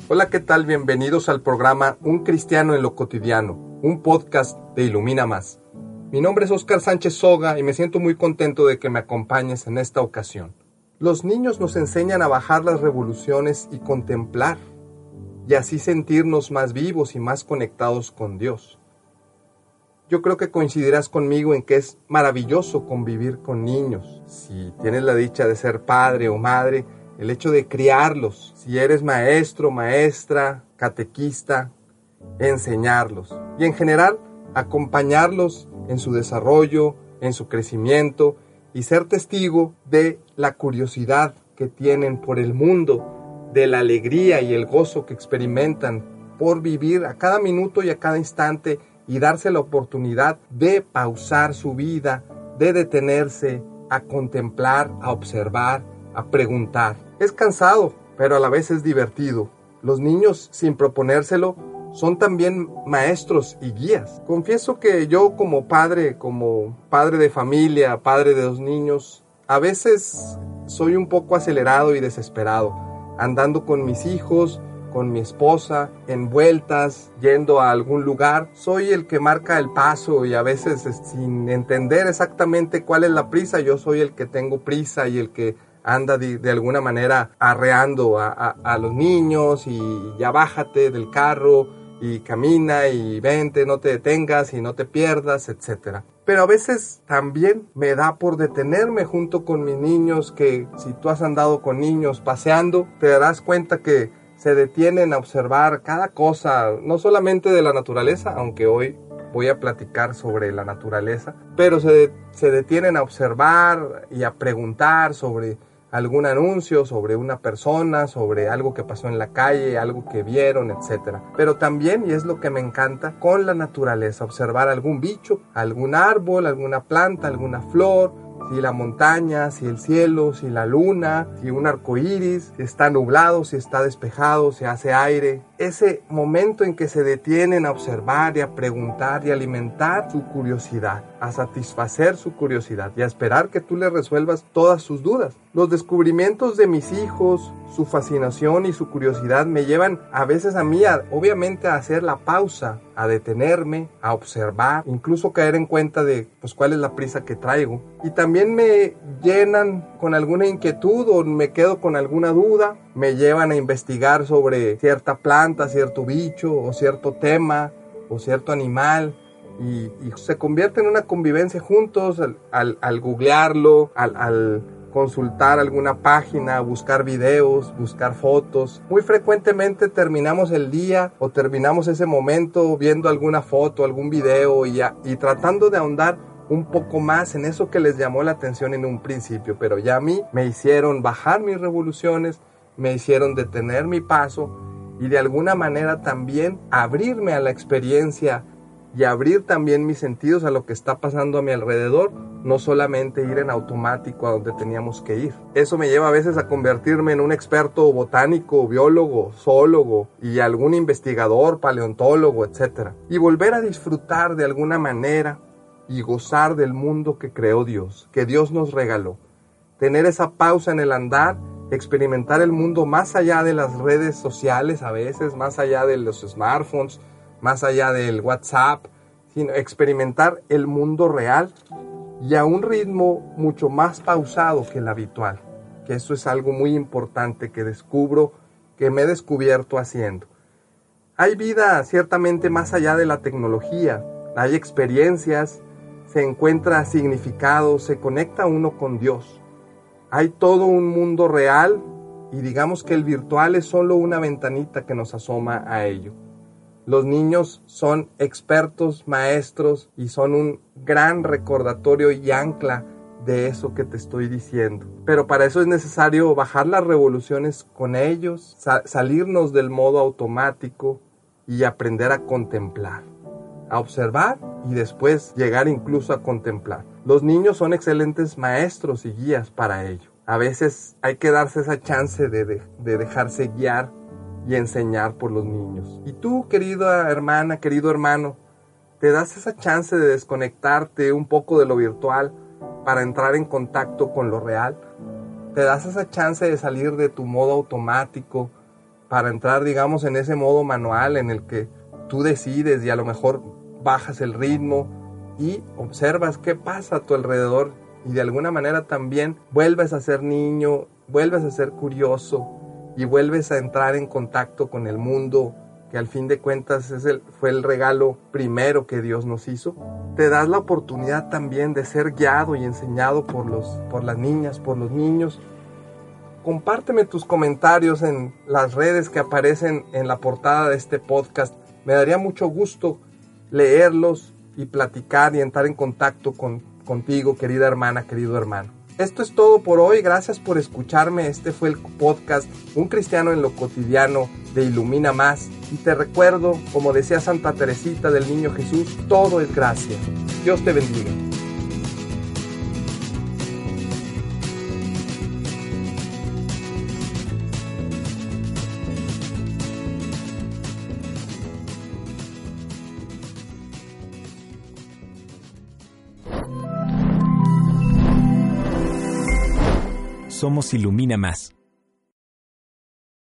Hola, ¿qué tal? Bienvenidos al programa Un Cristiano en lo Cotidiano, un podcast de Ilumina Más. Mi nombre es Óscar Sánchez Soga y me siento muy contento de que me acompañes en esta ocasión. Los niños nos enseñan a bajar las revoluciones y contemplar, y así sentirnos más vivos y más conectados con Dios. Yo creo que coincidirás conmigo en que es maravilloso convivir con niños. Si tienes la dicha de ser padre o madre, el hecho de criarlos, si eres maestro, maestra, catequista, enseñarlos. Y en general, acompañarlos en su desarrollo, en su crecimiento y ser testigo de la curiosidad que tienen por el mundo, de la alegría y el gozo que experimentan por vivir a cada minuto y a cada instante y darse la oportunidad de pausar su vida, de detenerse a contemplar, a observar, a preguntar. Es cansado, pero a la vez es divertido. Los niños, sin proponérselo, son también maestros y guías. Confieso que yo como padre de familia, padre de 2 niños, a veces soy un poco acelerado y desesperado, andando con mis hijos, con mi esposa, en vueltas, yendo a algún lugar. Soy el que marca el paso y a veces sin entender exactamente cuál es la prisa, yo soy el que tengo prisa y el que anda de alguna manera arreando a los niños y ya bájate del carro y camina y vente, no te detengas y no te pierdas, etc. Pero a veces también me da por detenerme junto con mis niños, que si tú has andado con niños paseando, te darás cuenta que se detienen a observar cada cosa, no solamente de la naturaleza, aunque hoy voy a platicar sobre la naturaleza, pero se detienen a observar y a preguntar sobre algún anuncio, sobre una persona, sobre algo que pasó en la calle, algo que vieron, etc. Pero también, y es lo que me encanta, con la naturaleza, observar algún bicho, algún árbol, alguna planta, alguna flor, si la montaña, si el cielo, si la luna, si un arco iris, si está nublado, si está despejado, si hace aire. Ese momento en que se detienen a observar y a preguntar y a alimentar su curiosidad, a satisfacer su curiosidad y a esperar que tú le resuelvas todas sus dudas. Los descubrimientos de mis hijos, su fascinación y su curiosidad me llevan a veces a mí, obviamente, a hacer la pausa, a detenerme, a observar, incluso caer en cuenta de cuál es la prisa que traigo. Y también me llenan con alguna inquietud o me quedo con alguna duda, me llevan a investigar sobre cierta planta, cierto bicho o cierto tema o cierto animal. Y se convierte en una convivencia juntos al googlearlo, al consultar alguna página, buscar videos, buscar fotos. Muy frecuentemente terminamos el día o terminamos ese momento viendo alguna foto, algún video y tratando de ahondar un poco más en eso que les llamó la atención en un principio, pero ya a mí me hicieron bajar mis revoluciones, me hicieron detener mi paso y de alguna manera también abrirme a la experiencia y abrir también mis sentidos a lo que está pasando a mi alrededor, no solamente ir en automático a donde teníamos que ir. Eso me lleva a veces a convertirme en un experto botánico, biólogo, zoólogo y algún investigador, paleontólogo, etc. Y volver a disfrutar de alguna manera y gozar del mundo que creó Dios, que Dios nos regaló. Tener esa pausa en el andar, experimentar el mundo más allá de las redes sociales a veces, más allá de los smartphones, más allá del WhatsApp, sino experimentar el mundo real y a un ritmo mucho más pausado que el habitual, que eso es algo muy importante que descubro, que me he descubierto haciendo. Hay vida ciertamente más allá de la tecnología, hay experiencias, se encuentra significado, se conecta uno con Dios. Hay todo un mundo real y digamos que el virtual es solo una ventanita que nos asoma a ello. Los niños son expertos, maestros y son un gran recordatorio y ancla de eso que te estoy diciendo. Pero para eso es necesario bajar las revoluciones con ellos, salirnos del modo automático y aprender a contemplar, a observar y después llegar incluso a contemplar. Los niños son excelentes maestros y guías para ello. A veces hay que darse esa chance de dejarse guiar y enseñar por los niños. Y tú, querida hermana, querido hermano, te das esa chance de desconectarte un poco de lo virtual para entrar en contacto con lo real. Te das esa chance de salir de tu modo automático para entrar, digamos, en ese modo manual en el que tú decides y a lo mejor bajas el ritmo y observas qué pasa a tu alrededor y de alguna manera también vuelves a ser niño, vuelves a ser curioso y vuelves a entrar en contacto con el mundo que al fin de cuentas fue el regalo primero que Dios nos hizo. Te das la oportunidad también de ser guiado y enseñado por las niñas, por los niños. Compárteme tus comentarios en las redes que aparecen en la portada de este podcast. Me daría mucho gusto leerlos y platicar y entrar en contacto contigo, querida hermana, querido hermano. Esto es todo por hoy. Gracias por escucharme. Este fue el podcast Un Cristiano en lo Cotidiano de Ilumina Más. Y te recuerdo, como decía Santa Teresita del Niño Jesús, todo es gracia. Dios te bendiga. Somos Ilumina Más.